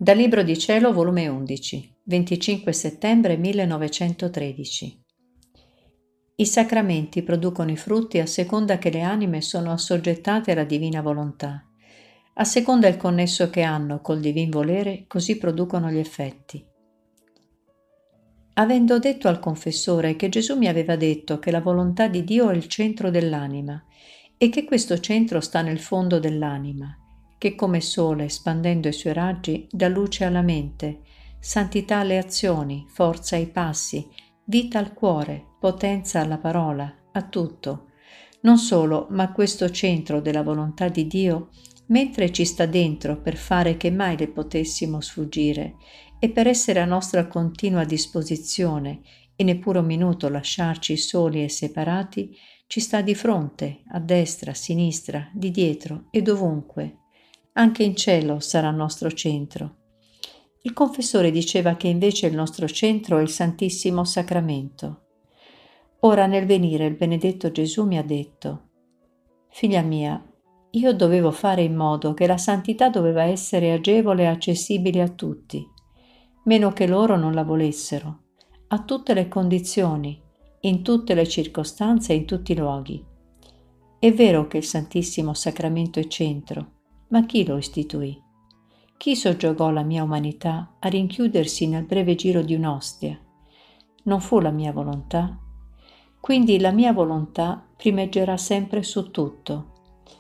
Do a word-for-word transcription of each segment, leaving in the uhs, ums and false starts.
Dal Libro di Cielo, volume undici, venticinque settembre millenovecentotredici. I sacramenti producono i frutti a seconda che le anime sono assoggettate alla divina volontà. A seconda il connesso che hanno col divin volere, così producono gli effetti. Avendo detto al confessore che Gesù mi aveva detto che la volontà di Dio è il centro dell'anima e che questo centro sta nel fondo dell'anima, che come sole, espandendo i suoi raggi, dà luce alla mente, santità alle azioni, forza ai passi, vita al cuore, potenza alla parola, a tutto. Non solo, ma questo centro della volontà di Dio, mentre ci sta dentro per fare che mai le potessimo sfuggire e per essere a nostra continua disposizione e neppure un minuto lasciarci soli e separati, ci sta di fronte, a destra, a sinistra, di dietro e dovunque. Anche in cielo sarà nostro centro. Il confessore diceva che invece il nostro centro è il Santissimo Sacramento. Ora nel venire il benedetto Gesù mi ha detto: «Figlia mia, io dovevo fare in modo che la santità doveva essere agevole e accessibile a tutti, meno che loro non la volessero, a tutte le condizioni, in tutte le circostanze e in tutti i luoghi. È vero che il Santissimo Sacramento è centro, ma chi lo istituì? Chi soggiogò la mia umanità a rinchiudersi nel breve giro di un'ostia? Non fu la mia volontà? Quindi la mia volontà primeggerà sempre su tutto.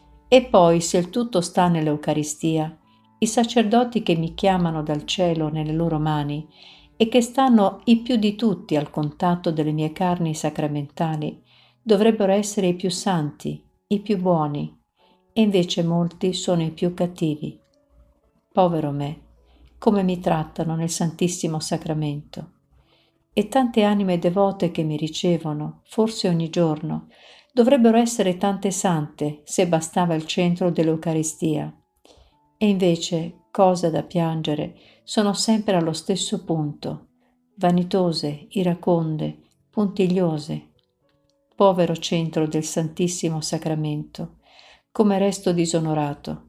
E poi, se il tutto sta nell'Eucaristia, i sacerdoti che mi chiamano dal cielo nelle loro mani e che stanno i più di tutti al contatto delle mie carni sacramentali, dovrebbero essere i più santi, i più buoni, e invece molti sono i più cattivi. Povero me, come mi trattano nel Santissimo Sacramento. E tante anime devote che mi ricevono, forse ogni giorno, dovrebbero essere tante sante se bastava il centro dell'Eucaristia. E invece, cosa da piangere, sono sempre allo stesso punto, vanitose, iraconde, puntigliose. Povero centro del Santissimo Sacramento, come resto disonorato.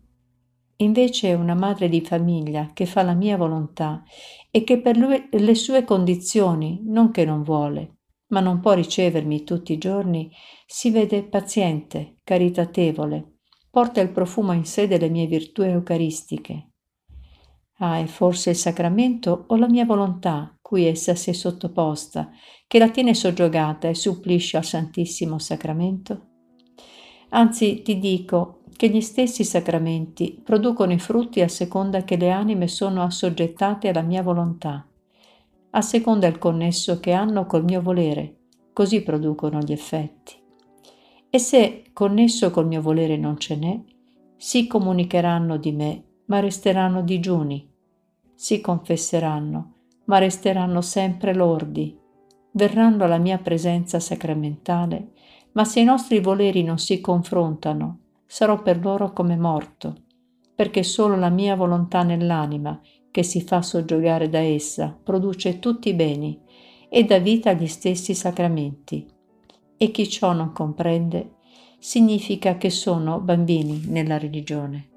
Invece è una madre di famiglia che fa la mia volontà e che per lui, le sue condizioni, non che non vuole, ma non può ricevermi tutti i giorni, si vede paziente, caritatevole, porta il profumo in sé delle mie virtù eucaristiche. Ah, è forse il sacramento o la mia volontà, cui essa si è sottoposta, che la tiene soggiogata e supplisce al Santissimo Sacramento? Anzi, ti dico che gli stessi sacramenti producono i frutti a seconda che le anime sono assoggettate alla mia volontà, a seconda il connesso che hanno col mio volere, così producono gli effetti. E se connesso col mio volere non ce n'è, si comunicheranno di me, ma resteranno digiuni, si confesseranno, ma resteranno sempre lordi, verranno alla mia presenza sacramentale, ma se i nostri voleri non si confrontano, sarò per loro come morto, perché solo la mia volontà nell'anima, che si fa soggiogare da essa, produce tutti i beni e dà vita agli stessi sacramenti. E chi ciò non comprende, significa che sono bambini nella religione.